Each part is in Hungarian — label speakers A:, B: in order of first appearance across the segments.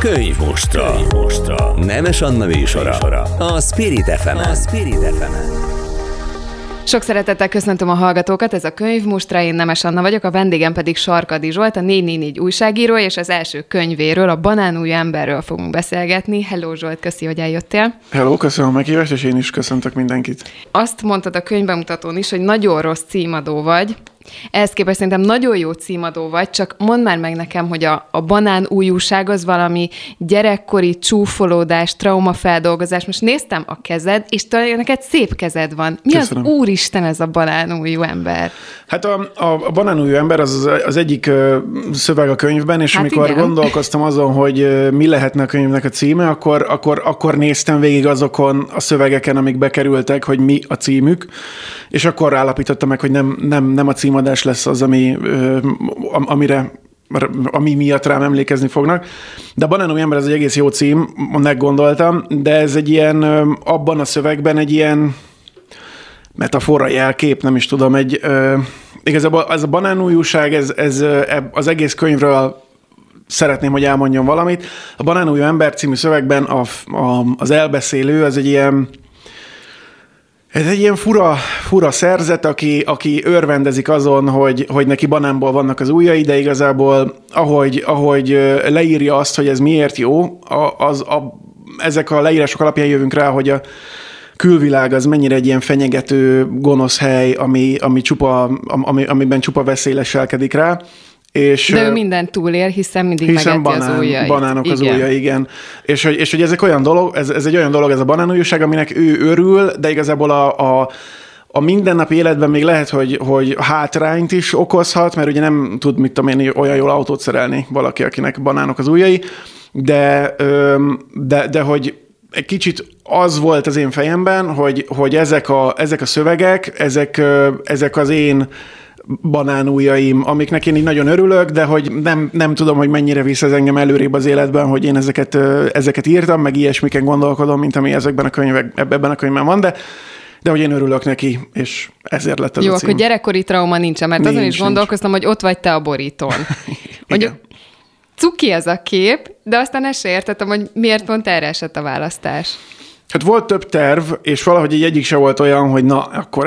A: Könyvmustra. Nemes Anna műsora. A Spirit FM-en.
B: Sok szeretettel köszöntöm a hallgatókat, ez a Könyvmustra, én Nemes Anna vagyok, a vendégem pedig Sarkady Zsolt, a 444 újságíró, és az első könyvéről, a Banánújú emberről fogunk beszélgetni. Hello Zsolt, köszi, hogy eljöttél.
C: Hello, köszönöm a meghívást, és én is köszöntök mindenkit.
B: Azt mondtad a könyvbemutatón is, hogy nagyon rossz címadó vagy. Ehhez képest szerintem nagyon jó címadó vagy, csak mondd már meg nekem, hogy a banánújúság az valami gyerekkori csúfolódás, traumafeldolgozás. Most néztem a kezed, és talán neked szép kezed van. Mi Köszönöm. Az úristen ez a banánújú ember? Hát
C: a banánújú ember az egyik szöveg a könyvben, és amikor igen. Gondolkoztam azon, hogy mi lehetne a könyvnek a címe, akkor néztem végig azokon a szövegeken, amik bekerültek, hogy mi a címük, és akkor állapítottam meg, hogy nem a címadás lesz az, ami miatt rám emlékezni fognak. De a Banánújú ember az egy egész jó cím, meggondoltam, de ez egy ilyen, abban a szövegben egy ilyen metafora, jelkép, nem is tudom, igazából ez a banánújúság, ez az egész könyvről szeretném, hogy elmondjon valamit. A Banánújú ember című szövegben az elbeszélő, ez egy ilyen fura szerzet, aki örvendezik azon, hogy neki banánból vannak az ujjai, de igazából ahogy leírja azt, hogy ez miért jó, ezek a leírások alapján jövünk rá, hogy a külvilág az mennyire egy ilyen fenyegető, gonosz hely, amiben csupa veszély leselkedik rá.
B: De ő mindent túlér, hiszen mindig megeti az ujjait.
C: Banánok az ujjai, igen. És hogy ezek olyan dolog, ez egy olyan dolog, ez a banánújúság, aminek ő örül, de igazából a mindennapi életben még lehet, hogy hátrányt is okozhat, mert ugye nem tud, mit tudom én, olyan jól autót szerelni valaki, akinek banánok az ujjai, de hogy egy kicsit az volt az én fejemben, hogy ezek a szövegek, ezek az én banánujjaim, amiknek én így nagyon örülök, de hogy nem tudom, hogy mennyire visz ez engem előrébb az életben, hogy én ezeket írtam, meg ilyesmiken gondolkodom, mint ami ebben a könyvben van, de hogy én örülök neki, és ezért lett ez a cím.
B: Jó, akkor gyerekkori trauma nincsen, mert azon is gondolkoztam, hogy ott vagy te a borítón. Hogy cuki ez a kép, de aztán ezt se értettem, hogy miért pont erre esett a választás.
C: Hát volt több terv, és valahogy egyik se volt olyan, hogy na, akkor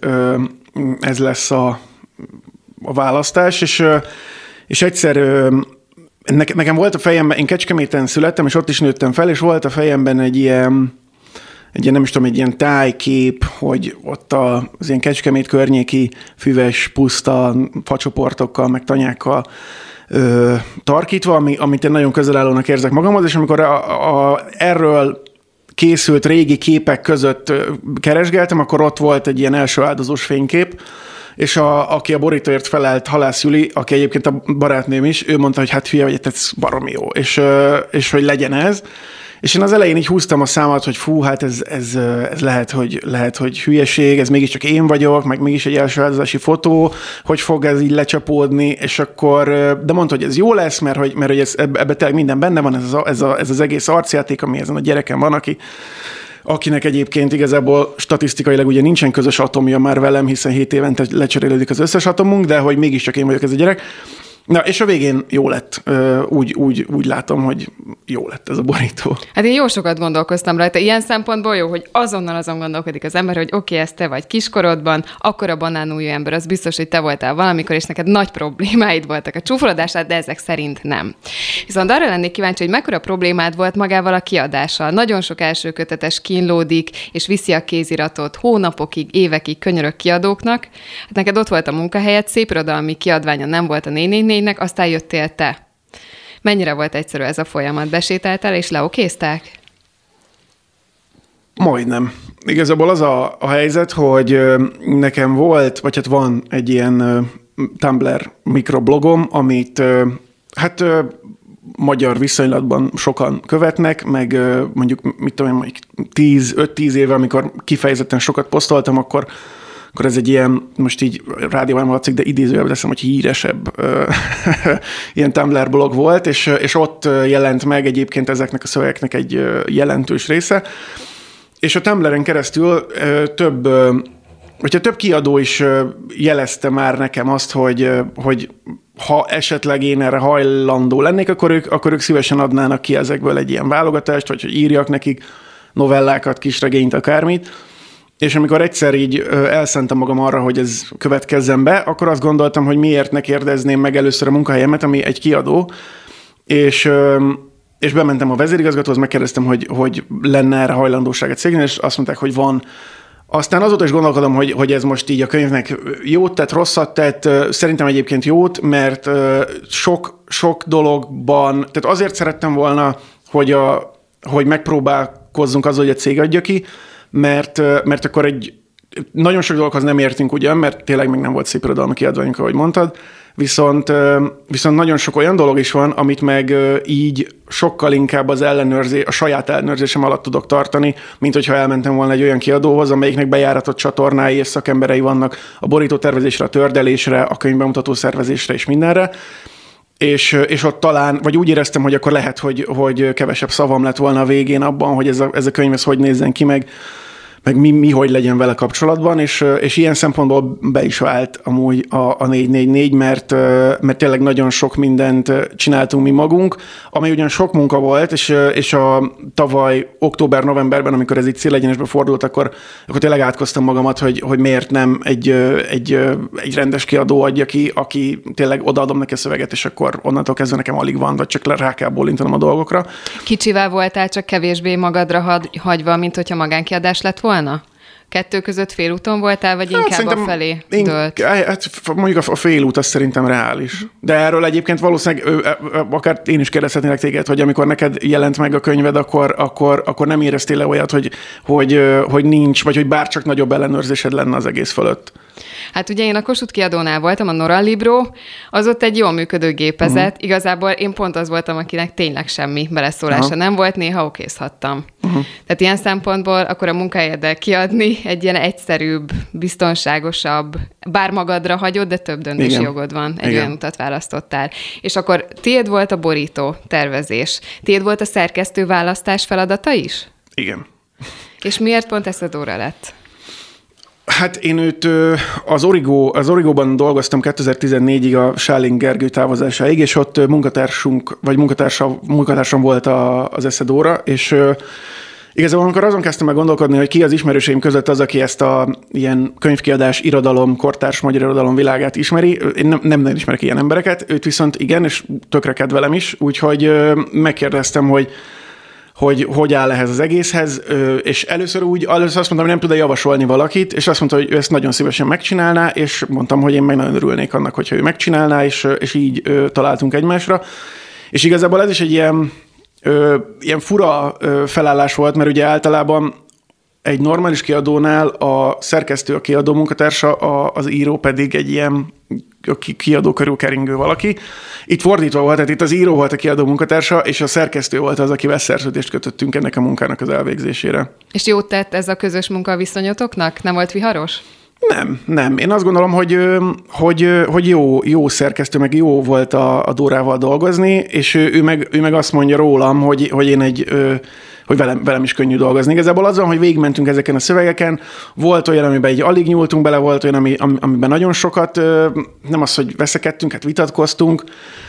C: ez lesz a választás, és egyszer nekem volt a fejemben, én Kecskeméten születtem, és ott is nőttem fel, és volt a fejemben egy ilyen nem is tudom, egy ilyen tájkép, hogy ott az ilyen Kecskemét környéki füves, puszta facsoportokkal, meg tanyákkal tarkítva, amit én nagyon közelállónak érzek magamhoz, és amikor erről készült régi képek között keresgéltem, akkor ott volt egy ilyen első áldozós fénykép, és aki a borítóért felelt, Halász Juli, aki egyébként a barátnőm is, ő mondta, hogy hát hülye vagy, ez baromi jó, és hogy legyen ez. És én az elején így húztam a számat, hogy fú, hát ez lehet, hogy hülyeség, ez mégiscsak én vagyok, meg mégis egy első áldozási fotó, hogy fog ez így lecsapódni, és akkor, de mondta, hogy ez jó lesz, mert hogy ebben tényleg minden benne van, ez az egész arcjáték, ami ezen a gyereken van, akinek egyébként igazából statisztikailag ugye nincsen közös atomja már velem, hiszen 7 évente lecserélődik az összes atomunk, de hogy mégiscsak én vagyok ez a gyerek. Na, és a végén jó lett. Úgy látom, hogy jó lett ez a borító.
B: Hát én jó sokat gondolkoztam rajta. Ilyen szempontból jó, hogy azonnal azon gondolkodik az ember, hogy oké, ez te vagy kiskorodban, akkor a banánújú ember, az biztos, hogy te voltál valamikor, és neked nagy problémáid voltak a csúfolódását, de ezek szerint nem. Viszont arra lennék kíváncsi, hogy mekkora problémád volt magával a kiadással. Nagyon sok első kötetes kínlódik, és viszi a kéziratot hónapokig, évekig könyörög kiadóknak. Hát neked ott volt a munkahelyed, szépirodalmi kiadványa nem volt a 444-nek, aztán jöttél te. Mennyire volt egyszerű ez a folyamat? Besétáltál és leokézták?
C: Majdnem. Igazából az a helyzet, hogy nekem volt, vagy hát van egy ilyen Tumblr mikroblogom, amit magyar viszonylatban sokan követnek, meg mondjuk, mit tudom én, 5-10 éve, amikor kifejezetten sokat posztoltam, akkor ez egy ilyen, most így rádióban hallatszik, de idézőjelben teszem, hogy híresebb ilyen Tumblr blog volt, és ott jelent meg egyébként ezeknek a szövegeknek egy jelentős része. És a Tumblr-en keresztül több kiadó is jelezte már nekem azt, hogy ha esetleg én erre hajlandó lennék, akkor ők szívesen adnának ki ezekből egy ilyen válogatást, vagy hogy írjak nekik novellákat, kisregényt, akármit. És amikor egyszer így elszentem magam arra, hogy ez következzen be, akkor azt gondoltam, hogy miért ne kérdezném meg először a munkahelyemet, ami egy kiadó, és bementem a vezérigazgatóhoz, megkérdeztem, hogy lenne erre hajlandóság a cégnél, és azt mondták, hogy van. Aztán azóta is gondolkodom, hogy ez most így a könyvnek jót tett, rosszat tett, szerintem egyébként jót, mert sok dologban, tehát azért szerettem volna, hogy megpróbálkozzunk azzal, hogy a cég adja ki, mert akkor nagyon sok dologhoz nem értünk ugyan, mert tényleg még nem volt szép irodalmi kiadványunk, ahogy mondtad, viszont nagyon sok olyan dolog is van, amit meg így sokkal inkább a saját ellenőrzésem alatt tudok tartani, mint hogyha elmentem volna egy olyan kiadóhoz, amelyiknek bejáratott csatornái és szakemberei vannak a borítótervezésre, a tördelésre, a könyvbemutató szervezésre és mindenre. És ott talán, vagy úgy éreztem, hogy akkor lehet, hogy kevesebb szavam lett volna a végén abban, hogy ez a könyv ez hogy nézzen ki, meg mi hogy legyen vele kapcsolatban, és ilyen szempontból be is vált amúgy a 444, mert tényleg nagyon sok mindent csináltunk mi magunk, ami ugyan sok munka volt, és a tavaly október-novemberben, amikor ez itt célegyenesbe fordult, akkor tényleg átkoztam magamat, hogy miért nem egy rendes kiadó adja ki, aki tényleg odaadom neki a szöveget, és akkor onnantól kezdve nekem alig van, vagy csak rá kell bólintanom a dolgokra.
B: Kicsivel voltál csak kevésbé magadra hagyva, mint hogyha magánkiadás lett volna? Kettő között félúton voltál, vagy inkább a felé dőlt?
C: Hát mondjuk a félút az szerintem reális. De erről egyébként valószínűleg akár én is kérdezhetnélek téged, hogy amikor neked jelent meg a könyved, akkor nem éreztél le olyat, hogy nincs, vagy hogy bárcsak nagyobb ellenőrzésed lenne az egész fölött.
B: Hát ugye én a Kossuth kiadónál voltam, a Nora Libro, az ott egy jól működő gépezet. Igazából én pont az voltam, akinek tényleg semmi beleszólása nem volt, néha okézhattam. Tehát ilyen szempontból akkor a munkahelyeddel kiadni egy ilyen egyszerűbb, biztonságosabb, bár magadra hagyod, de több döntési jogod van, egy olyan utat választottál. És akkor tiéd volt a borító tervezés. Tiéd volt a szerkesztő választás feladata is?
C: Igen.
B: És miért pont ezt a Dóra lett?
C: Hát én őt az Origóban dolgoztam 2014-ig a Sáling Gergő távozásáig, és ott munkatársam volt az Esze Dóra, és igazából amikor azon kezdtem meg gondolkodni, hogy ki az ismerőseim között az, aki ezt a ilyen könyvkiadás, irodalom, kortárs magyar irodalom világát ismeri. Én nem ismerek ilyen embereket, őt viszont igen, és tökre kedvelem is, úgyhogy megkérdeztem, hogy áll ehhez az egészhez, és először azt mondtam, hogy nem tud-e javasolni valakit, és azt mondta, hogy ő ezt nagyon szívesen megcsinálná, és mondtam, hogy én meg nagyon örülnék annak, hogyha ő megcsinálná, és így találtunk egymásra. És igazából ez is egy ilyen fura felállás volt, mert ugye általában egy normális kiadónál a szerkesztő, a kiadó munkatársa, az író pedig egy ilyen kiadó körül keringő valaki. Itt fordítva volt, tehát itt az író volt a kiadó munkatársa, és a szerkesztő volt az, akivel szerződést kötöttünk ennek a munkának az elvégzésére. És
B: jót tett ez a közös munkaviszonyotoknak? Nem volt viharos?
C: Nem. Én azt gondolom, hogy jó szerkesztő, meg jó volt a Dórával dolgozni, és ő meg azt mondja rólam, hogy én hogy velem is könnyű dolgozni. Igazából az van, hogy végigmentünk ezeken a szövegeken, volt olyan, amiben így alig nyúltunk bele, volt olyan, amiben nagyon sokat, nem az, hogy veszekedtünk, hát vitatkoztunk,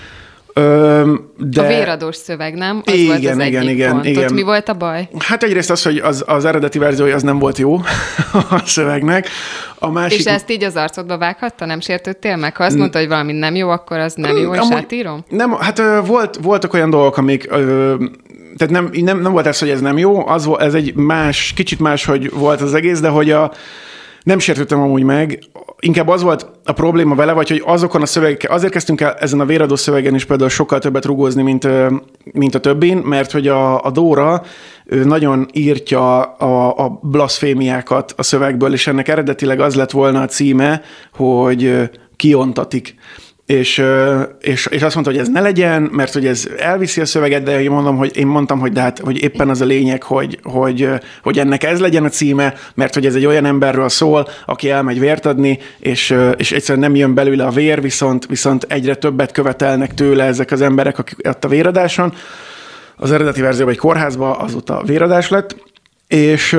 B: de... A véradós szöveg, nem? Az volt az egyik pont. Igen. Ott mi volt a baj?
C: Hát egyrészt az, hogy az eredeti verziója az nem volt jó a szövegnek. A másik...
B: És ezt így az arcodba vághatta? Nem sértődtél meg? Ha azt mondta, hogy valami nem jó, akkor az nem jó, és átírom?
C: Nem, hát voltak olyan dolgok, amik... Tehát nem volt ez, hogy ez nem jó, ez egy kicsit más, hogy volt az egész, de hogy nem sértődtem amúgy meg, inkább az volt a probléma vele, vagy hogy azokon a szövegekkel, azért kezdtünk el ezen a véradó szövegen is például sokkal többet rugózni, mint a többin, mert hogy a Dóra nagyon írtja a blaszfémiákat a szövegből, és ennek eredetileg az lett volna a címe, hogy kiontatik. És azt mondta, hogy ez ne legyen, mert hogy ez elviszi a szöveget, de én mondtam, hogy de hát, hogy éppen az a lényeg, hogy ennek ez legyen a címe, mert hogy ez egy olyan emberről szól, aki elmegy vért adni, és egyszerűen nem jön belőle a vér, viszont egyre többet követelnek tőle ezek az emberek, akik ott a véradáson. Az eredeti verzióban egy kórházban azóta véradás lett, és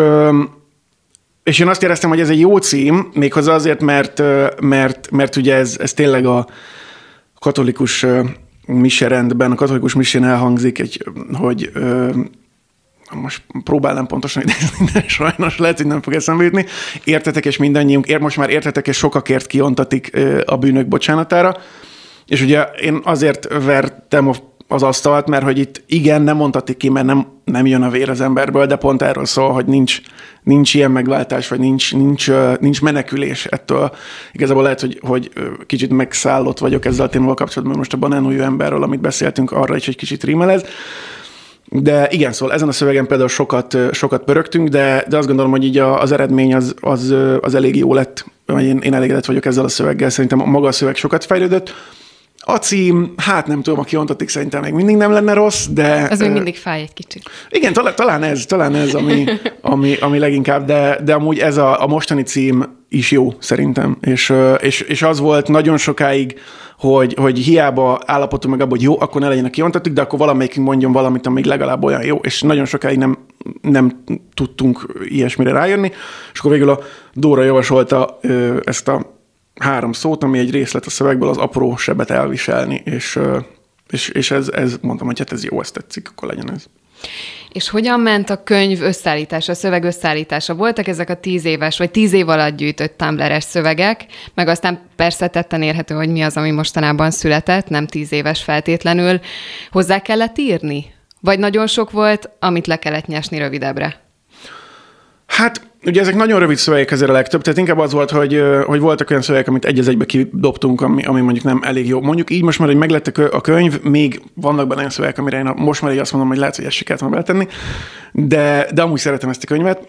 C: én azt éreztem, hogy ez egy jó cím, méghozzá azért, mert ugye ez tényleg katolikus miserendben, a katolikus misén elhangzik, hogy most próbálnám pontosan idézni, de sajnos lehet, hogy nem fog eszembe jutni. Értetek, és mindannyiunk, most már értetek, és sokakért kiontatik a bűnök bocsánatára. És ugye én azért vertem az asztalt, mert hogy itt igen, nem mondhatik ki, mert nem jön a vér az emberből, de pont erről szól, hogy nincs ilyen megváltás, vagy nincs menekülés ettől. Igazából lehet, hogy kicsit megszállott vagyok ezzel a témával kapcsolatban, most a banánújú emberről, amit beszéltünk, arra is egy kicsit rímelez. De igen, szóval ezen a szövegen például sokat pörögtünk, de azt gondolom, hogy így az eredmény az elég jó lett. Én elégedett vagyok ezzel a szöveggel, szerintem maga a szöveg sokat fejlődött. A cím, hát nem tudom, a kiontatik szerintem még mindig nem lenne rossz, de...
B: Az még mindig fáj egy kicsit.
C: Igen, talán ez ami leginkább, de amúgy ez a mostani cím is jó szerintem, és az volt nagyon sokáig, hogy hiába állapodtunk meg abban, hogy jó, akkor ne legyen a kiontatik, de akkor valamelyikünk mondjon valamit, ami legalább olyan jó, és nagyon sokáig nem tudtunk ilyesmire rájönni, és akkor végül a Dóra javasolta ezt a 3 szót, ami egy részlet a szövegből, az apró sebet elviselni, és ez mondtam, hogy hát ez jó, ezt tetszik, akkor legyen ez.
B: És hogyan ment a könyv összeállítása, a szöveg összeállítása? Voltak ezek a 10 éves, vagy 10 év alatt gyűjtött Tumblr-es szövegek, meg aztán persze tetten érhető, hogy mi az, ami mostanában született, nem 10 éves feltétlenül. Hozzá kellett írni? Vagy nagyon sok volt, amit le kellett nyesni rövidebbre?
C: Hát, ugye ezek nagyon rövid szövegek ezért a legtöbb, tehát inkább az volt, hogy voltak olyan szövegek, amit egy az egybe kidobtunk, ami mondjuk nem elég jó. Mondjuk így most már, hogy meglett a könyv, még vannak benne olyan szövegek, amire én most már így azt mondom, hogy lehet, hogy ezt se kellett volna beletenni, de amúgy szeretem ezt a könyvet.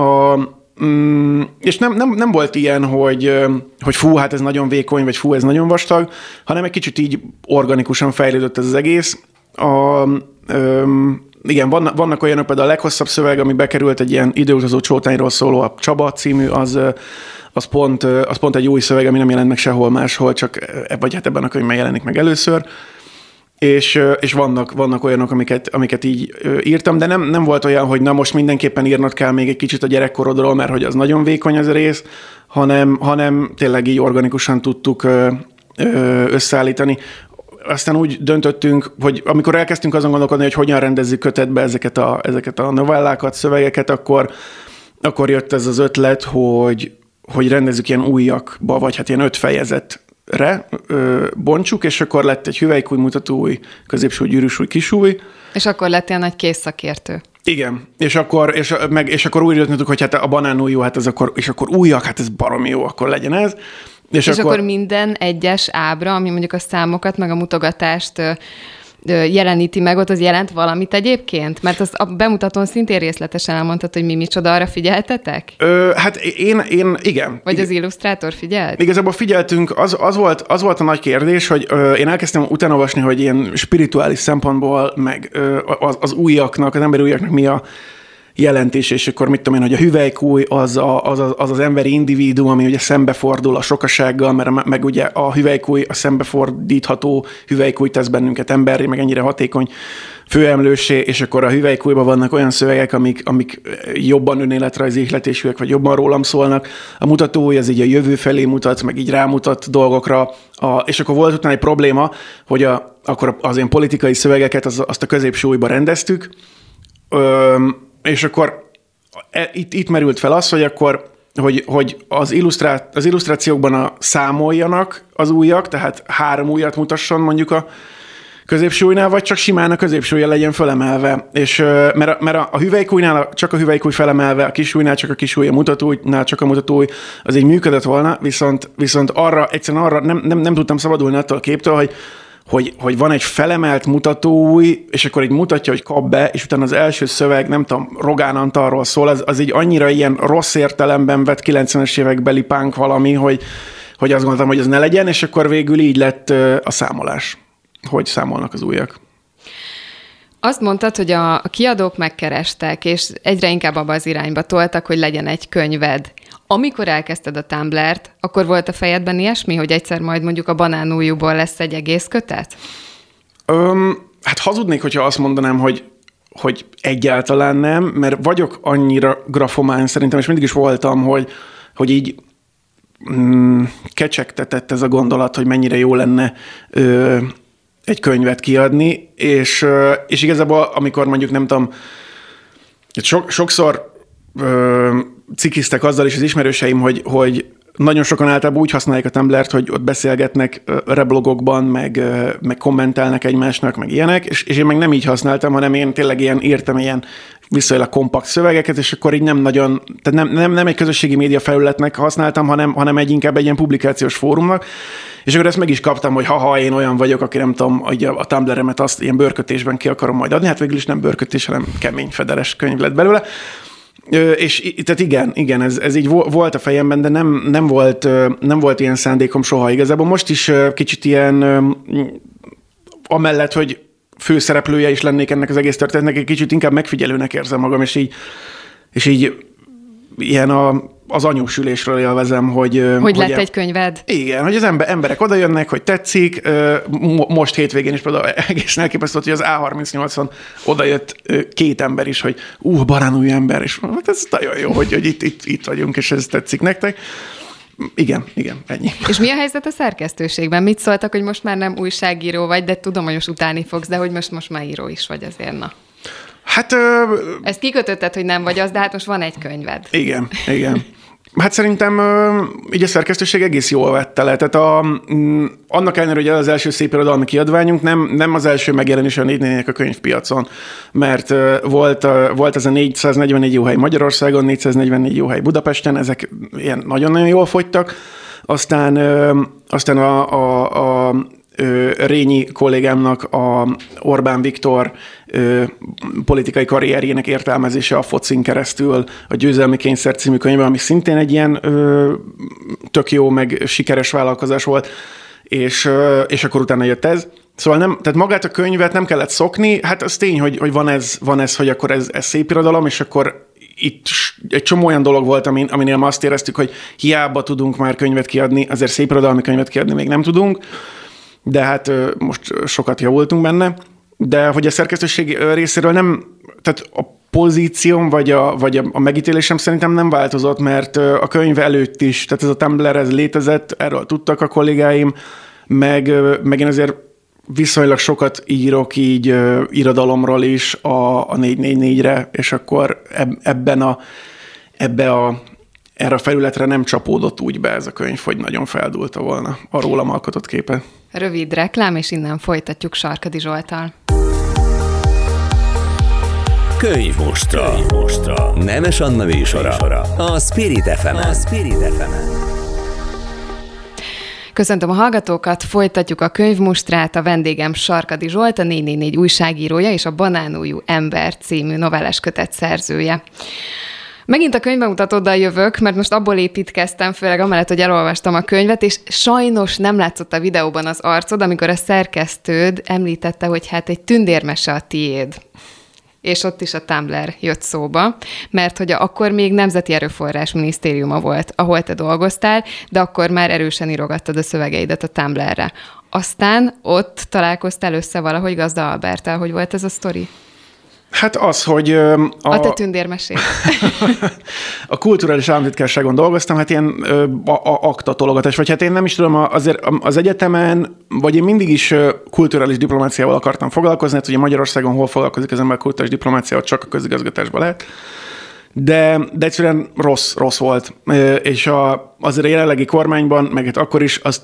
C: És nem volt ilyen, hogy fú, hát ez nagyon vékony, vagy fú, ez nagyon vastag, hanem egy kicsit így organikusan fejlődött ez az egész. Igen, vannak olyanok, például a leghosszabb szöveg, ami bekerült, egy ilyen időutazó csótányról szóló, a Csaba című, az pont egy új szöveg, ami nem jelent meg sehol máshol, vagy hát ebben a könyvben jelenik meg először. És vannak olyanok, amiket így írtam, de nem volt olyan, hogy na most mindenképpen írnod kell még egy kicsit a gyerekkorodról, mert hogy az nagyon vékony az a rész, hanem tényleg így organikusan tudtuk összeállítani. Aztán úgy döntöttünk, hogy amikor elkezdtünk azon gondolkodni, hogy hogyan rendezzük kötetbe ezeket a novellákat, szövegeket, akkor jött ez az ötlet, hogy rendezzük ilyen újakba, vagy hát ilyen 5 fejezetre bontsuk, és akkor lett egy hüvelykúj, mutatóúj, középsúly, gyűrűsúly, kisúly. És
B: akkor lett ilyen nagy készszakértő.
C: Igen, és akkor úgy jöttünk, hogy hát a banánúj jó, hát ez és akkor újak, hát ez baromi jó, akkor legyen ez.
B: És akkor minden egyes ábra, ami mondjuk a számokat, meg a mutogatást jeleníti meg, ott az jelent valamit egyébként? Mert azt a bemutatón szintén részletesen elmondtad, hogy mi micsoda, arra figyeltetek?
C: Hát én igen.
B: Vagy az illusztrátor figyelt?
C: Igazából figyeltünk, az volt a nagy kérdés, hogy én elkezdtem utána olvasni, hogy ilyen spirituális szempontból, meg az újaknak, az emberi újaknak mi a jelentés, és akkor mit tudom én, hogy a hüvelykúj az emberi individuum, ami ugye szembefordul a sokasággal, mert meg ugye a hüvelykúj, a szembefordítható hüvelykúj tesz bennünket emberré, meg ennyire hatékony főemlőssé, és akkor a hüvelykújban vannak olyan szövegek, amik jobban önéletrajzi ihletésűek, vagy jobban rólam szólnak. A mutatói az így a jövő felé mutat, meg így rámutat dolgokra, és akkor volt utána egy probléma, hogy akkor az ilyen politikai szövegeket azt a középsúlyba rendeztük, és akkor itt merült fel az, hogy akkor hogy az illusztrációkban számoljanak az újak, tehát 3 újat mutasson mondjuk a középsúlynál, vagy csak simán a középsúlya legyen fölemelve. És mert a hüvelykújnál csak a hüvelykúj felemelve, a kisújnál csak a kisúly, a mutatónál csak a mutatói, az így működött volna, viszont arra nem tudtam szabadulni attól a képtől, hogy van egy felemelt mutatóúj, és akkor így mutatja, hogy kap be, és utána az első szöveg, nem tudom, Rogán Antalról szól, az így annyira ilyen rossz értelemben vett 90-es évekbeli punk valami, hogy azt gondoltam, hogy az ne legyen, és akkor végül így lett a számolás, hogy számolnak az újak.
B: Azt mondtad, hogy a kiadók megkerestek, és egyre inkább abba az irányba toltak, hogy legyen egy könyved. Amikor elkezdted a Tumblr-t, akkor volt a fejedben ilyesmi, hogy egyszer majd mondjuk a banánújúból lesz egy egész kötet?
C: Hát hazudnék, hogyha azt mondanám, hogy egyáltalán nem, mert vagyok annyira grafomán szerintem, és mindig is voltam, hogy így kecsegtetett ez a gondolat, hogy mennyire jó lenne egy könyvet kiadni, és igazából, amikor mondjuk nem tudom, sokszor cikiztek azzal is az ismerőseim, hogy nagyon sokan általában úgy használják a Tumblr-t, hogy ott beszélgetnek reblogokban, meg kommentelnek egymásnak, meg ilyenek, és én meg nem így használtam, hanem én tényleg írtam ilyen viszonylag kompakt szövegeket, és akkor így nem nagyon, tehát nem egy közösségi média felületnek használtam, hanem inkább egy ilyen publikációs fórumnak, és akkor ezt meg is kaptam, hogy én olyan vagyok, aki nem tudom, a Tumblr-emet azt ilyen bőrkötésben ki akarom majd adni, hát végül is nem bőrkötés, hanem kemény federes könyv lett belőle. És tehát igen, ez így volt a fejemben, de nem volt ilyen szándékom soha igazából. Most is kicsit ilyen, amellett, hogy főszereplője is lennék ennek az egész történetnek, egy kicsit inkább megfigyelőnek érzem magam, és így ilyen az anyósülésről élvezem, hogy
B: lett egy könyved.
C: Igen, hogy az emberek oda jönnek, hogy tetszik. Most hétvégén is például egészen elképesztő, hogy az A38-on oda jött 2 ember is, hogy baránúj ember, és hát ez nagyon jó, hogy itt vagyunk, és ez tetszik nektek. Igen, ennyi.
B: És mi a helyzet a szerkesztőségben? Mit szóltak, hogy most már nem újságíró vagy, de tudom, hogy most utáni fogsz, de hogy most már író is vagy azért, na.
C: Hát...
B: Ezt kikötötted, hogy nem vagy az, de hát most van egy könyved.
C: Igen. Hát szerintem így a szerkesztőség egész jól vette le. Tehát annak ellenére, hogy az első szép irodalmi kiadványunk nem az első megjelenés a 444-nek a könyvpiacon, mert volt ez a 444 jó hely Magyarországon, 444 jó hely Budapesten, ezek ilyen nagyon-nagyon jól fogytak. Aztán a Rényi kollégámnak a Orbán Viktor politikai karrierjének értelmezése a focin keresztül, a Győzelmi kényszer című könyve, ami szintén egy ilyen tök jó, meg sikeres vállalkozás volt, és akkor utána jött ez. Szóval tehát magát a könyvet nem kellett szokni, hát az tény, hogy van ez, hogy akkor ez szép irodalom, és akkor itt egy csomó olyan dolog volt, aminél ma azt éreztük, hogy hiába tudunk már könyvet kiadni, azért szép irodalmi könyvet kiadni még nem tudunk, de hát most sokat javultunk benne, de hogy a szerkesztőség részéről nem, tehát a pozícióm vagy a megítélésem szerintem nem változott, mert a könyv előtt is, tehát ez a Tumblr, ez létezett, erről tudtak a kollégáim, meg én azért viszonylag sokat írok így irodalomról is a 444-re, és akkor erre a felületre nem csapódott úgy be ez a könyv, hogy nagyon feldúlta volna a rólam alkotott képet.
B: Rövid reklám, és innen folytatjuk Sarkady Zsolttal.
A: Könyvmostra. Nemes Anna műsora. A Spirit FM-en.
B: Köszöntöm a hallgatókat, folytatjuk a könyvmostrát, a vendégem Sarkady Zsolt, a 444 újságírója és a Banánújú ember című novellás kötet szerzője. Megint a könyvbemutatóddal jövök, mert most abból építkeztem, főleg amellett, hogy elolvastam a könyvet, és sajnos nem látszott a videóban az arcod, amikor a szerkesztőd említette, hogy hát egy tündérmese a tiéd. És ott is a Tumblr jött szóba, mert hogy akkor még Nemzeti Erőforrás Minisztériuma volt, ahol te dolgoztál, de akkor már erősen írogattad a szövegeidet a Tumblrre. Aztán ott találkoztál össze valahogy Gazda Alberttel. Hogy volt ez a sztori?
C: Hát az, hogy...
B: A te tündérmesét.
C: A kulturális államtitkárságon dolgoztam, hát ilyen aktatologatás, vagy hát én nem is tudom, azért az egyetemen, vagy én mindig is kulturális diplomáciával akartam foglalkozni, hát ugye Magyarországon hol foglalkozik az ember kulturális diplomáciával, csak a közigazgatásban lehet. De egyszerűen rossz volt. És azért a jelenlegi kormányban, meg hát akkor is azt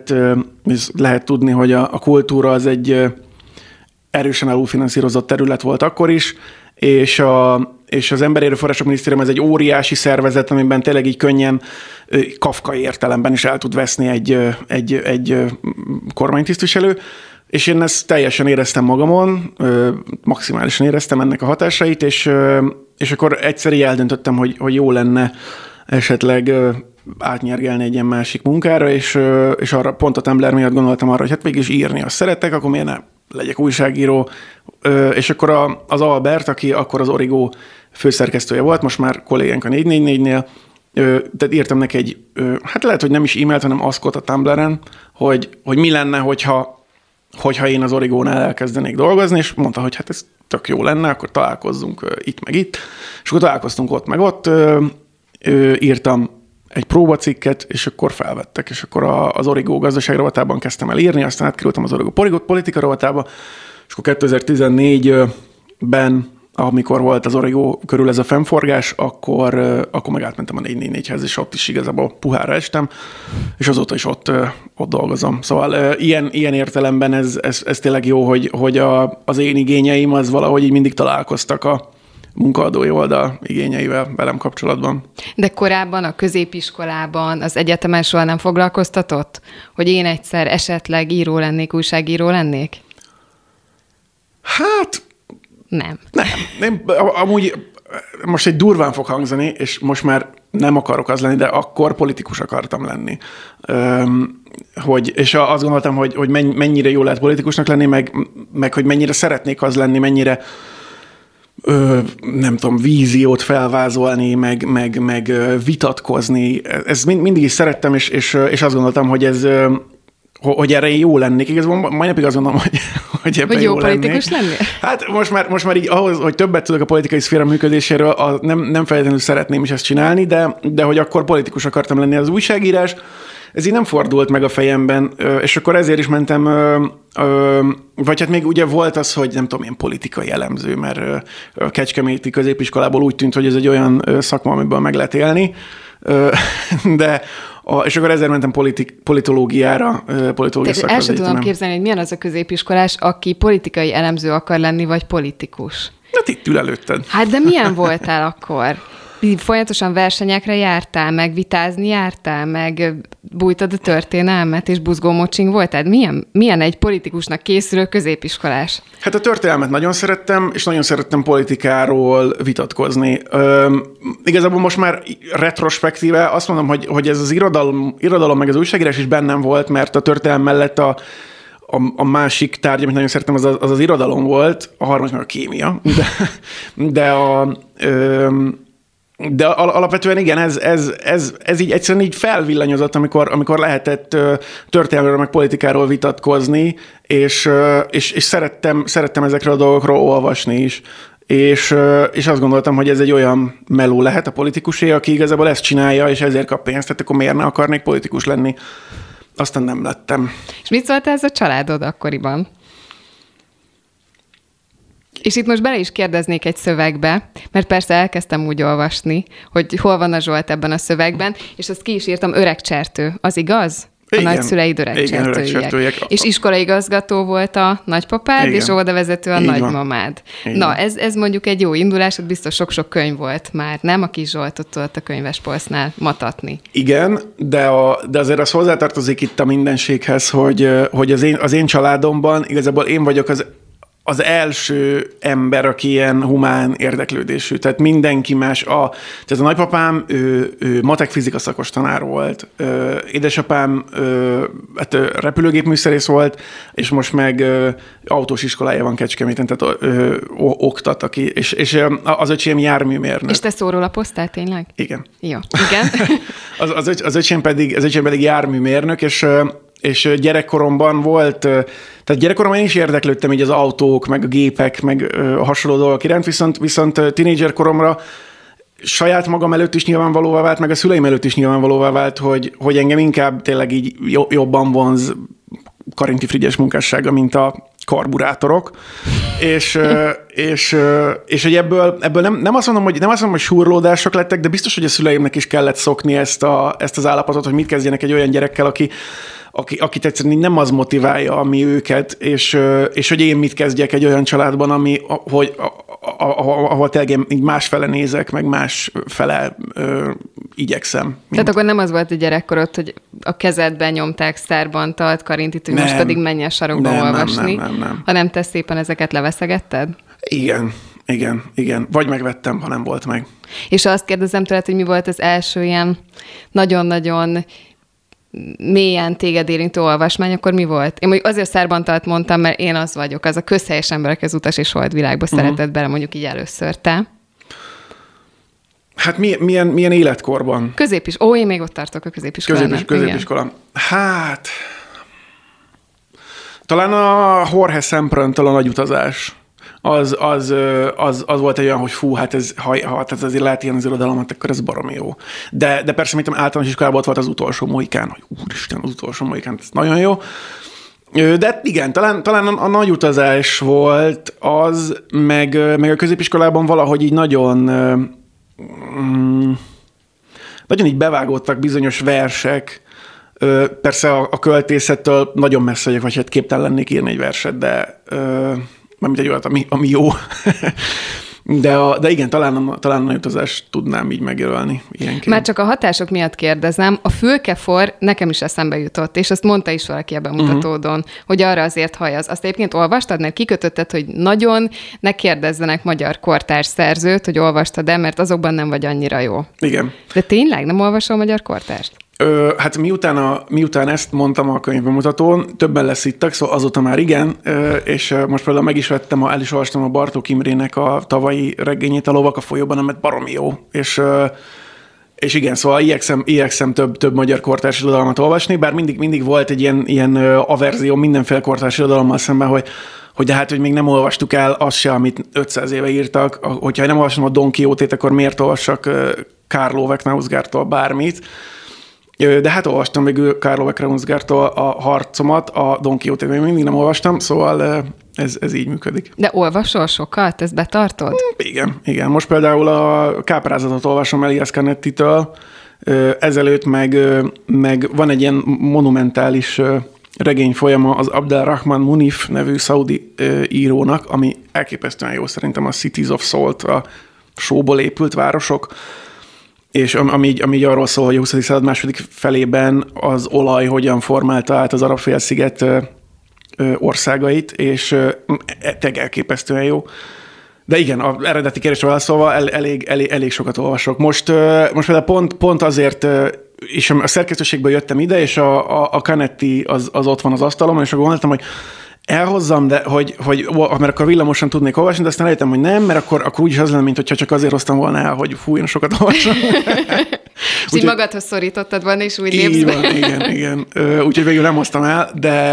C: lehet tudni, hogy a kultúra az egy erősen alulfinanszírozott terület volt akkor is, és az Emberi Erőforrások Minisztérium ez egy óriási szervezet, amiben tényleg így könnyen kafkai értelemben is el tud veszni egy kormánytisztviselő, és én ezt teljesen éreztem magamon, maximálisan éreztem ennek a hatásait, és akkor egyszer így eldöntöttem, hogy jó lenne esetleg átnyergelni egy ilyen másik munkára, és arra pont a Tumblr miatt gondoltam arra, hogy hát mégis írni azt szeretek, akkor miért ne legyek újságíró, és akkor az Albert, aki akkor az Origo főszerkesztője volt, most már kollégánk a 444-nél, tehát írtam neki hát lehet, hogy nem is e-mailt, hanem aszkot a Tumblr-en, hogy mi lenne, hogyha én az Origónál elkezdenék dolgozni, és mondta, hogy hát ez tök jó lenne, akkor találkozzunk itt meg itt, és akkor találkoztunk ott meg ott, írtam egy próbacikket, és akkor felvettek, és akkor az Origo gazdaság rovatában kezdtem el írni, aztán átkerültem az Origo politika rovatába, és akkor 2014-ben, amikor volt az Origo körül ez a fennforgás, akkor meg átmentem a 444-hez, és ott is igazából puhára estem, és azóta is ott dolgozom. Szóval ilyen értelemben ez tényleg jó, hogy az én igényeim az valahogy így mindig találkoztak a munkaadói oldal igényeivel velem kapcsolatban.
B: De korábban a középiskolában, az egyetemen soha nem foglalkoztatott? Hogy én egyszer esetleg író lennék, újságíró lennék?
C: Hát...
B: Nem.
C: Nem. Amúgy most egy durván fog hangzani, és most már nem akarok az lenni, de akkor politikus akartam lenni. És azt gondoltam, hogy mennyire jó lehet politikusnak lenni, meg hogy mennyire szeretnék az lenni, mennyire nem tudom, víziót felvázolni, meg vitatkozni. Ezt mindig is szerettem, és azt gondoltam, hogy erre jó lennék. Igazából mai napig azt gondolom, hogy ebben jó
B: politikus lennél?
C: Hát most már így ahhoz, hogy többet tudok a politikai szféra működéséről, nem feltétlenül szeretném is ezt csinálni, de hogy akkor politikus akartam lenni. Az újságírás, ez így nem fordult meg a fejemben, és akkor ezért is mentem, vagy hát még ugye volt az, hogy nem tudom, ilyen politikai elemző, mert a kecskeméti középiskolából úgy tűnt, hogy ez egy olyan szakma, amiből meg lehet élni, és akkor ezért mentem politológiára, politológia szakra.
B: El sem tudom képzelni, hogy milyen az a középiskolás, aki politikai elemző akar lenni, vagy politikus.
C: Hát itt ül előtted. Hát
B: de milyen voltál akkor? Folyamatosan versenyekre jártál, meg vitázni jártál, meg bújtad a történelmet, és buzgómocsing voltál? Milyen egy politikusnak készülő középiskolás? Hát
C: a történelmet nagyon szerettem, és nagyon szerettem politikáról vitatkozni. Igazából most már retrospektíve azt mondom, hogy ez az irodalom meg az újságírás is bennem volt, mert a történelem mellett a másik tárgy, amit nagyon szerettem, az irodalom volt, a harmadik meg a kémia. De alapvetően igen, ez így egyszerűen így felvillanyozott, amikor lehetett történelmről meg politikáról vitatkozni, és szerettem ezekről a dolgokról olvasni is. És azt gondoltam, hogy ez egy olyan meló lehet a politikusé, aki igazából ezt csinálja, és ezért kap pénzt, tehát akkor miért ne akarnék politikus lenni? Aztán nem lettem.
B: És mit szólt ez a családod akkoriban? És itt most bele is kérdeznék egy szövegbe, mert persze elkezdtem úgy olvasni, hogy hol van a Zsolt ebben a szövegben, és azt ki is írtam, öregcsertő. Az igaz? A nagyszüleid öregcsertőiek. És iskolaigazgató volt a nagypapád, igen. És óvodavezető a nagymamád. Igen. Na, ez mondjuk egy jó indulás, ott biztos sok-sok könyv volt már, nem? A kis Zsoltot tudott a könyvespolcnál matatni.
C: Igen, de azért az hozzátartozik itt a mindenséghez, hogy az én családomban igazából én vagyok az első ember, aki ilyen humán érdeklődésű. Tehát mindenki más. Tehát a nagypapám, ő matek fizika szakos tanár volt, édesapám repülőgépműszerész volt, és most meg autós iskolája van Kecskeméten, tehát oktat, és az öcsém járműmérnök.
B: És te szórólapoztál tényleg?
C: Igen.
B: Jó. Igen.
C: az öcsém pedig járműmérnök, és gyerekkoromban volt, tehát gyerekkoromban én is érdeklődtem így az autók, meg a gépek, meg a hasonló dolgok iránt, viszont tínédzserkoromra saját magam előtt is nyilvánvalóvá vált, meg a szüleim előtt is nyilvánvalóvá vált, hogy engem inkább tényleg így jobban vonz Karinti Frigyes munkássága, mint a karburátorok, és hogy ebből nem azt mondom, hogy súrlódások lettek, de biztos, hogy a szüleimnek is kellett szokni ezt az állapotot, hogy mit kezdjenek egy olyan gyerekkel, akit egyszerűen nem az motiválja, ami őket, és hogy én mit kezdjek egy olyan családban, ahol tényleg így másfele nézek, meg másfele igyekszem.
B: Tehát akkor nem az volt a gyerekkorod, hogy a kezedben nyomták Szerbantalt, Karintit, hogy most pedig menj a sarokba olvasni,
C: nem.
B: hanem te szépen ezeket leveszegetted?
C: Igen. Vagy megvettem, ha nem volt meg.
B: És azt kérdezem tőled, hogy mi volt az első ilyen nagyon-nagyon mélyen téged érintő olvasmány, akkor mi volt? Én mondjuk azért Szerbantalt mondtam, mert én az vagyok, az a közhelyes emberek az utas és holdvilágba szeretett bele, mondjuk így először. Te?
C: Hát milyen életkorban?
B: Én még ott tartok a középiskolán.
C: Középiskola. Hát... Talán a Jorge Sempröntől a Nagy utazás. az volt egy olyan, hogy fú, hát ez, ha azért lehet ilyen az irodalmat, akkor ez baromi jó. De persze, mint általános iskolában ott volt az utolsó mohikán, hogy úristen, az utolsó mohikán, ez nagyon jó. De igen, talán a nagy utazás volt az, meg a középiskolában valahogy így nagyon így bevágódtak bizonyos versek. Persze a költészettől nagyon messze vagyok, vagy hát képtelen lennék írni egy verset, de mármint egy olyat, ami jó. De igen, talán a nagy utazást tudnám így megjelölni ilyenként.
B: Már csak a hatások miatt kérdezem, a fülkefor nekem is eszembe jutott, és azt mondta is valaki a bemutatódon, hogy arra azért hajaz. Azt egyébként olvastad, mert kikötötted, hogy nagyon ne kérdezzenek magyar kortárs szerzőt, hogy olvastad-e, mert azokban nem vagy annyira jó.
C: Igen.
B: De tényleg nem olvasol magyar kortárst?
C: Hát miután ezt mondtam a könyvbemutatón, többen leszittek, szóval azóta már igen, és most például el is olvastam a Bartók Imrének a tavalyi regényét, a Lovak a folyóban, amit baromi jó, és igen, szóval igyekszem több magyar kortárs irodalmat olvasni, bár mindig volt egy ilyen averzió mindenféle kortárs irodalommal szemben, hogy de hát, hogy még nem olvastuk el azt se, amit 500 éve írtak, hogyha nem olvastam a Don Quixote-t, akkor miért olvassak Karl Ove Knausgaardtól bármit. De hát olvastam végül Karl Ove Knausgaardtól a Harcomat, a Don Quixote-t még mindig nem olvastam, szóval ez így működik.
B: De olvasol sokat? Ezt betartod?
C: Igen. Most például a Káprázatot olvasom Elias Canettitől, ezelőtt meg van egy ilyen monumentális regényfolyama az Abdelrahman Munif nevű szaudi írónak, ami elképesztően jó szerintem, a Cities of Salt, a sóból épült városok, és ami arról szól, hogy a 20. század második felében az olaj hogyan formálta át az Arab-félsziget országait, és elképesztően jó. De igen, az eredeti kérdésre válaszolva elég sokat olvasok. Most például pont azért, és a szerkesztőségből jöttem ide, és a Canetti az ott van az asztalon, és akkor gondoltam, hogy elhozzam, de mert akkor villamosan tudnék olvasni, de aztán eljöttem, hogy nem, mert akkor úgyis az lenne, mint hogyha csak azért hoztam volna el, hogy én sokat olvasom.
B: És így magadhoz szorítottad volna, és úgy lépsz be.
C: Igen. Úgyhogy végül nem hoztam el,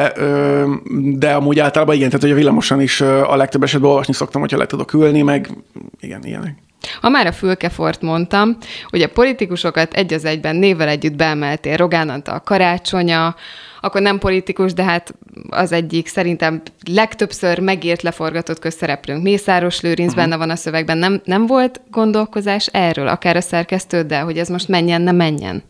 C: de amúgy általában igen, tehát hogy a villamosan is a legtöbb esetben olvasni szoktam, hogyha le tudok ülni, meg igen, ilyenek.
B: Ha már a fülkefort mondtam, hogy a politikusokat egy az egyben névvel együtt beemeltél, Rogán Antal Karácsonya, akkor nem politikus, de hát az egyik szerintem legtöbbször megírt, leforgatott közszereplőnk. Mészáros Lőrinc benne van a szövegben. Nem volt gondolkozás erről, akár a szerkesztőddel, hogy ez most menjen, ne menjen?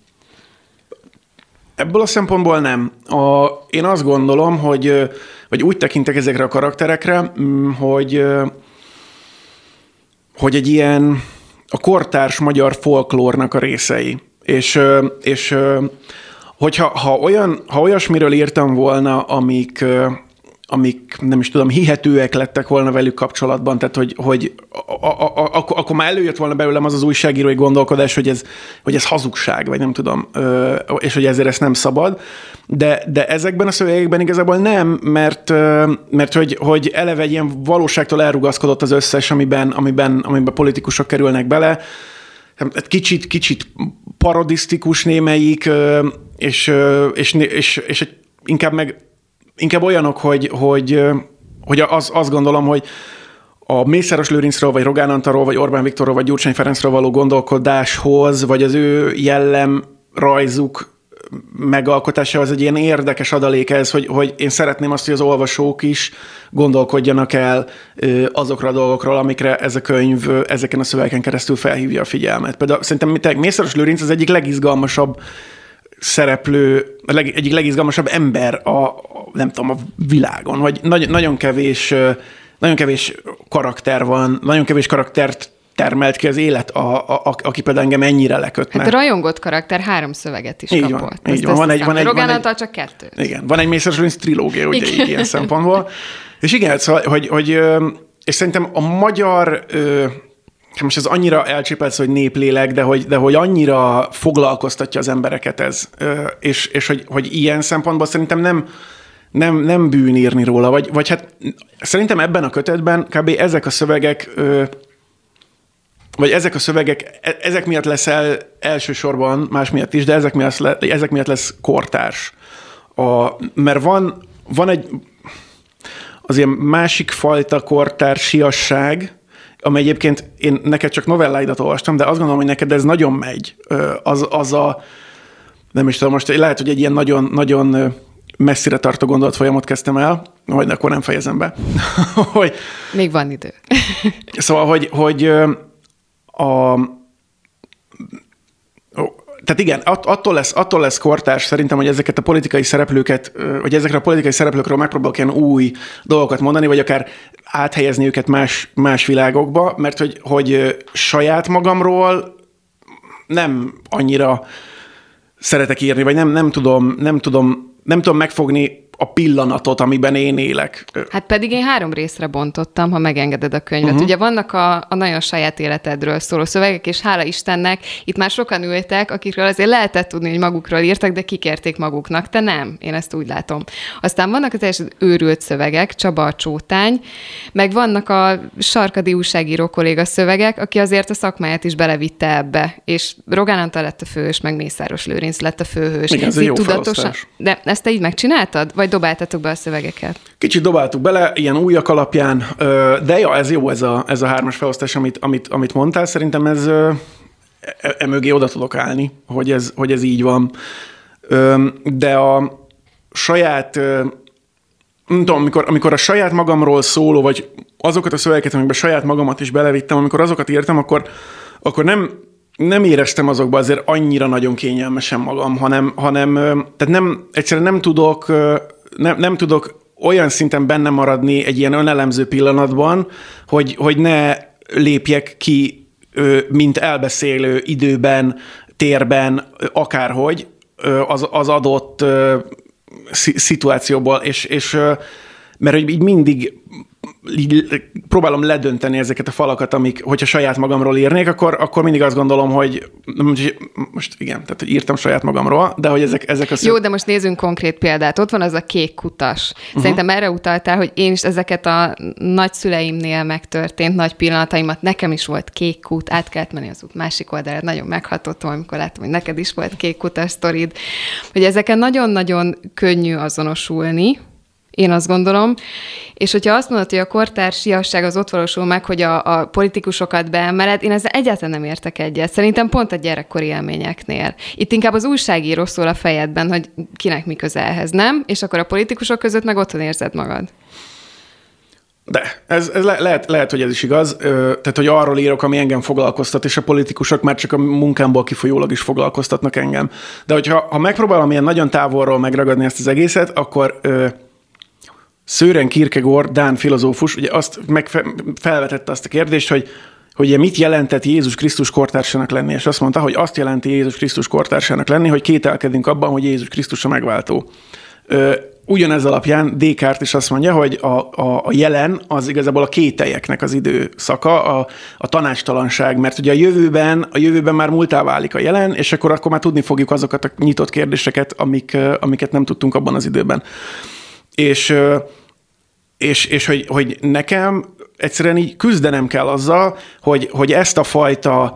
C: Ebből a szempontból nem. Én azt gondolom, hogy úgy tekintek ezekre a karakterekre, hogy egy ilyen a kortárs magyar folklórnak a részei. És hogyha olyasmiről írtam volna, amik nem is tudom, hihetőek lettek volna velük kapcsolatban, tehát hogy akkor már előjött volna belőlem az újságírói gondolkodás, hogy ez hazugság, vagy nem tudom, és hogy ezért ezt nem szabad. De ezekben a szövegekben igazából nem, mert hogy eleve egy ilyen valóságtól elrugaszkodott az összes, amiben politikusok kerülnek bele. Kicsit parodisztikus némelyik, és inkább olyanok, hogy azt gondolom, hogy a Mészáros Lőrincről, vagy Rogán Antalról, vagy Orbán Viktorról, vagy Gyurcsány Ferencről való gondolkodáshoz, vagy az ő jellemrajzuk megalkotásához egy ilyen érdekes adalék ez, hogy én szeretném azt, hogy az olvasók is gondolkodjanak el azokra a dolgokról, amikre ez a könyv ezeken a szövegeken keresztül felhívja a figyelmet. Például szerintem Mészáros Lőrinc az egyik legizgalmasabb szereplő, egyik legizgalmasabb ember a világon, vagy nagyon kevés karakter van, nagyon kevés karaktert termelt ki az élet, aki például engem ennyire lekötne.
B: Hát rajongott karakter 3 szöveget is kapott.
C: Így van.
B: Rogán Antal csak 2.
C: Igen, van egy Mészáros Lőrinc trilógia, ugye így ilyen szempontból. És igen, szóval, hogy és szerintem a magyar, most ez annyira elcsépelt, hogy néplélek, de hogy annyira foglalkoztatja az embereket ez, és hogy ilyen szempontból szerintem nem bűn írni róla, vagy hát szerintem ebben a kötetben kb. Ezek a szövegek, ezek miatt lesz elsősorban, más miatt is, de ezek miatt lesz kortárs. Mert van egy... az ilyen másik fajta kortársiasság, ami egyébként én neked csak novelláidat olvastam, de azt gondolom, hogy neked ez nagyon megy. Az a, nem is tudom, most lehet, hogy egy ilyen nagyon, nagyon messzire tartó gondolatfolyamot kezdtem el, vagy akkor nem fejezem be.
B: Még van idő.
C: Szóval, hogy tehát igen, attól lesz kortárs szerintem, hogy ezeket a politikai szereplőket, vagy ezekre a politikai szereplőkről megpróbálok ilyen új dolgokat mondani, vagy akár áthelyezni őket más világokba, mert hogy saját magamról nem annyira szeretek írni, vagy nem tudom megfogni a pillanatot, amiben én élek.
B: Hát pedig én 3 részre bontottam, ha megengeded a könyvet. Ugye vannak a nagyon saját életedről szóló szövegek, és hála Istennek, itt már sokan ültek, akikről azért lehetett tudni, hogy magukról írtak, de kikérték maguknak. Te nem, én ezt úgy látom. Aztán vannak az teljesen őrült szövegek, Csaba a Csótány, meg vannak a sarkadi újságíró kolléga szövegek, aki azért a szakmáját is belevitte ebbe, és Rogán Antal lett a főhős, meg Mészáros Lőrinc lett a főhős.
C: Igen, ez egy jó felosztás.
B: De ezt te így megcsináltad? Vagy dobáltatok be a szövegeket?
C: Kicsit dobáltuk bele, ilyen újak alapján, de ja, ez jó, ez a 3-as felosztás, amit mondtál, szerintem ez emögé oda tudok állni, hogy ez így van. De a saját, nem tudom, amikor a saját magamról szóló, vagy azokat a szövegeket, amikben saját magamat is belevittem, amikor azokat írtam, akkor nem éreztem azokba azért annyira nagyon kényelmesen magam, hanem tehát egyszerűen nem tudok olyan szinten benne maradni egy ilyen önelemző pillanatban, hogy ne lépjek ki, mint elbeszélő időben, térben, akárhogy az adott szituációból, és mert hogy így mindig így próbálom ledönteni ezeket a falakat, hogyha saját magamról írnék, akkor mindig azt gondolom, hogy most igen, tehát hogy írtam saját magamról, de hogy ezek a
B: Jó, de most nézzünk konkrét példát. Ott van az a kék kutas. Szerintem erre utaltál, hogy én is ezeket a nagyszüleimnél megtörtént nagy pillanataimat, nekem is volt kék kút, át kellett menni az út másik oldalára, nagyon meghatottam, amikor láttam, hogy neked is volt kék kutas sztorid, hogy ezeken nagyon-nagyon könnyű azonosulni, én azt gondolom. És hogyha azt mondod, hogy a kortársiasság az ott valósul meg, hogy a politikusokat beemeled, én ezzel egyáltalán nem értek egyet. Szerintem pont a gyerekkori élményeknél. Itt inkább az újságíró szól a fejedben, hogy kinek mi köze ehhez, nem? És akkor a politikusok között meg otthon érzed magad.
C: De ez lehet, hogy ez is igaz. Tehát, hogy arról írok, ami engem foglalkoztat, és a politikusok már csak a munkámból kifolyólag is foglalkoztatnak engem. De hogyha megpróbálom ilyen nagyon távolról megragadni ezt az egészet, akkor Søren Kierkegaard, dán filozófus, ugye felvetette azt a kérdést, hogy mit jelentett Jézus Krisztus kortársának lenni, és azt mondta, hogy azt jelenti Jézus Krisztus kortársának lenni, hogy kételkedünk abban, hogy Jézus Krisztus a megváltó. Ugyanez alapján Descartes is azt mondja, hogy a jelen az igazából a kételyeknek az időszaka, a tanácstalanság, mert ugye a jövőben már múltá válik a jelen, és akkor már tudni fogjuk azokat a nyitott kérdéseket, amiket nem tudtunk abban az időben. És hogy nekem egyszerűen így küzdenem kell azzal, hogy ezt a fajta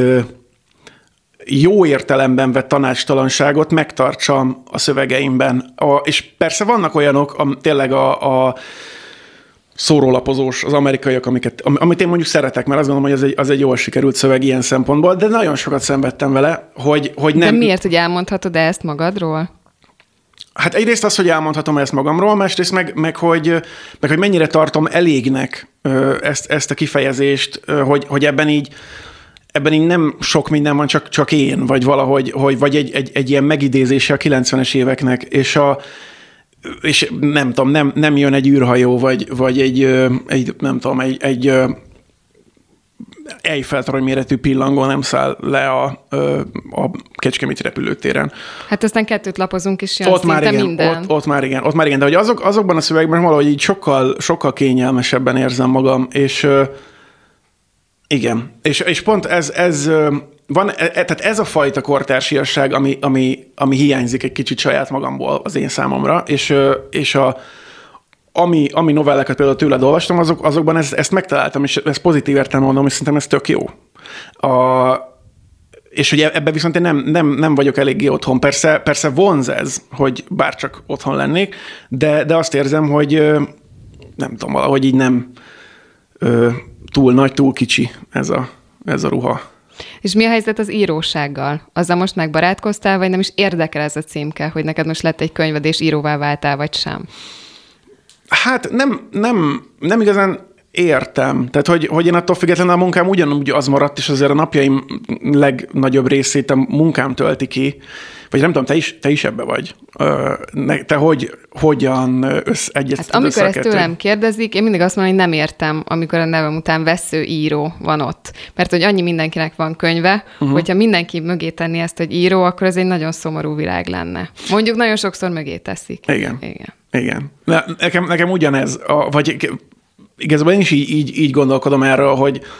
C: jó értelemben vett tanácstalanságot megtartsam a szövegeimben. És persze vannak olyanok, tényleg a szórólapozós, az amerikaiak, amit én mondjuk szeretek, mert azt gondolom, hogy az egy jól sikerült szöveg ilyen szempontból, de nagyon sokat szenvedtem vele, hogy nem...
B: De miért, hogy elmondhatod ezt magadról?
C: Hát egyrészt az, hogy elmondhatom ezt magamról, másrészt meg hogy mennyire tartom elégnek ezt a kifejezést, hogy ebben így nem sok minden van, csak én, vagy valahogy, vagy egy ilyen megidézése a 90-es éveknek, és nem tudom, nem jön egy űrhajó, vagy egy nem tudom, egy Eiffel-torony méretű pillangó nem száll le a Kecskeméti repülőtéren.
B: Hát aztán 2 lapozunk, és jön szinte minden.
C: Ott már igen, de hogy azokban a szövegben valahogy így sokkal kényelmesebben érzem magam, és igen. És pont ez van, tehát ez a fajta kortársiasság, ami hiányzik egy kicsit saját magamból az én számomra, és ami novellákat például tőled olvastam, azokban ezt megtaláltam, és ezt pozitív értelemben mondom, és szerintem ez tök jó. És ugye ebben viszont én nem vagyok eléggé otthon. Persze vonz ez, hogy bárcsak otthon lennék, de azt érzem, hogy nem tudom, valahogy így nem túl nagy, túl kicsi ez a ruha.
B: És mi a helyzet az írósággal? Azzal most megbarátkoztál, vagy nem is érdekel ez a címke, hogy neked most lett egy könyved, és íróvá váltál, vagy sem?
C: Hát nem igazán értem. Tehát, hogy én attól függetlenül a munkám ugyanúgy az maradt, és azért a napjaim legnagyobb részét a munkám tölti ki. Vagy nem tudom, te is ebbe vagy. Te hogyan egyezteted
B: hát amikor ezt tőlem kérdezik, én mindig azt mondom, hogy nem értem, amikor a nevem után vesző író van ott. Mert hogy annyi mindenkinek van könyve, hogyha mindenki mögé tenni ezt, hogy író, akkor ez egy nagyon szomorú világ lenne. Mondjuk nagyon sokszor mögé teszik.
C: Igen. Nekem ugyanez, vagy igazából én is így gondolkodom erről,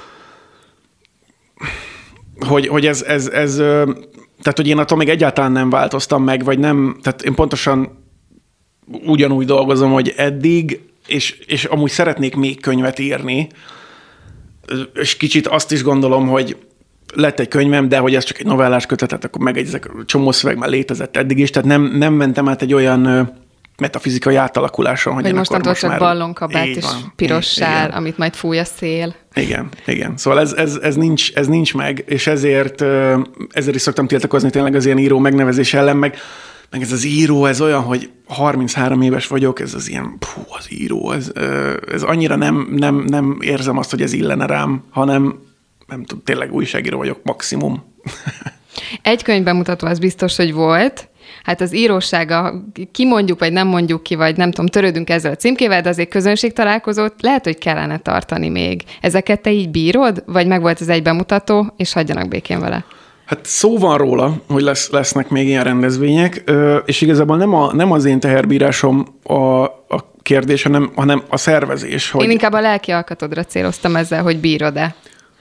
C: hogy ez tehát, hogy én attól még egyáltalán nem változtam meg, vagy nem, tehát én pontosan ugyanúgy dolgozom, hogy eddig, és amúgy szeretnék még könyvet írni, és kicsit azt is gondolom, hogy lett egy könyvem, de hogy ez csak egy novellás kötetet, akkor megegyezek, csomó szöveg már létezett eddig is, tehát nem mentem át egy olyan metafizikai átalakuláson, hogy
B: mostantól csak ballonkabát és piros sál, amit majd fúj a szél.
C: Igen. Szóval ez nincs meg, és ezért is szoktam tiltakozni tényleg az ilyen író megnevezés ellen, meg ez az író, ez olyan, hogy 33 éves vagyok, ez az ilyen, az író, ez annyira nem érzem azt, hogy ez illene rám, hanem nem tudom, tényleg újságíró vagyok maximum.
B: Egy könyvbemutató az biztos, hogy volt. Hát az írósága, kimondjuk, vagy nem mondjuk ki, vagy nem tudom, törődünk ezzel a címkével, de azért közönségtalálkozót lehet, hogy kellene tartani még. Ezeket te így bírod, vagy meg volt az egy bemutató, és hagyjanak békén vele?
C: Hát szó van róla, hogy lesznek még ilyen rendezvények, és igazából nem az én teherbírásom a kérdés, hanem a szervezés.
B: Én inkább a lelki alkatodra céloztam ezzel, hogy bírod-e.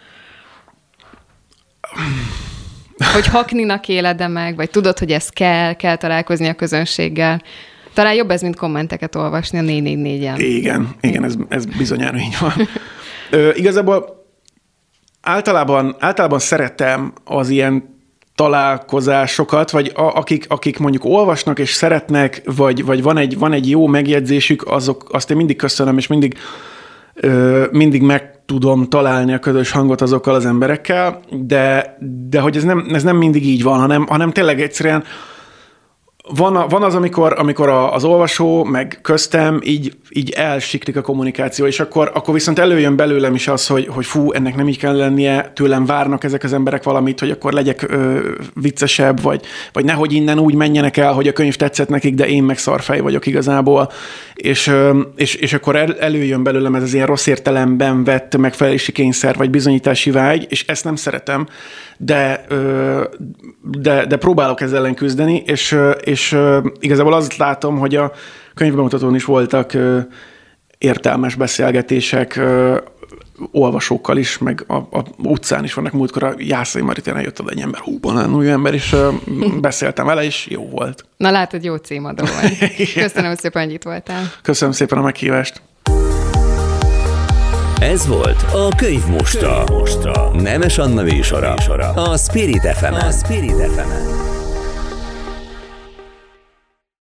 B: Hogy hakninak éled-e meg, vagy tudod, hogy ez kell találkozni a közönséggel. Talán jobb ez, mint kommenteket olvasni a 444-en.
C: Igen, ez bizonyára így van. Igazából általában szeretem az ilyen találkozásokat, vagy akik mondjuk olvasnak és szeretnek, vagy van egy jó megjegyzésük, azt én mindig köszönöm, és mindig meg tudom találni a közös hangot azokkal az emberekkel, de hogy ez nem mindig így van, hanem tényleg egyszerűen van az, amikor az olvasó, meg köztem így elsiklik a kommunikáció, és akkor viszont előjön belőlem is az, hogy fú, ennek nem így kell lennie, tőlem várnak ezek az emberek valamit, hogy akkor legyek viccesebb, vagy nehogy innen úgy menjenek el, hogy a könyv tetszett nekik, de én meg szarfej vagyok igazából. És akkor előjön belőlem ez az ilyen rossz értelemben vett megfelelési kényszer, vagy bizonyítási vágy, és ezt nem szeretem, de próbálok ezzel ellen küzdeni, és igazából azt látom, hogy a könyvbemutatón is voltak értelmes beszélgetések olvasókkal is, meg a utcán is vannak. Múltkor a Jászai Maritéren jött oda egy ember, banánújú ember, és beszéltem vele, és jó volt.
B: Na látod, jó címadó vagy. Köszönöm szépen, hogy itt voltál.
C: Köszönöm szépen a meghívást.
A: Ez volt a Könyv Mostra. Nemes Anna műsora. A Spirit FM-en.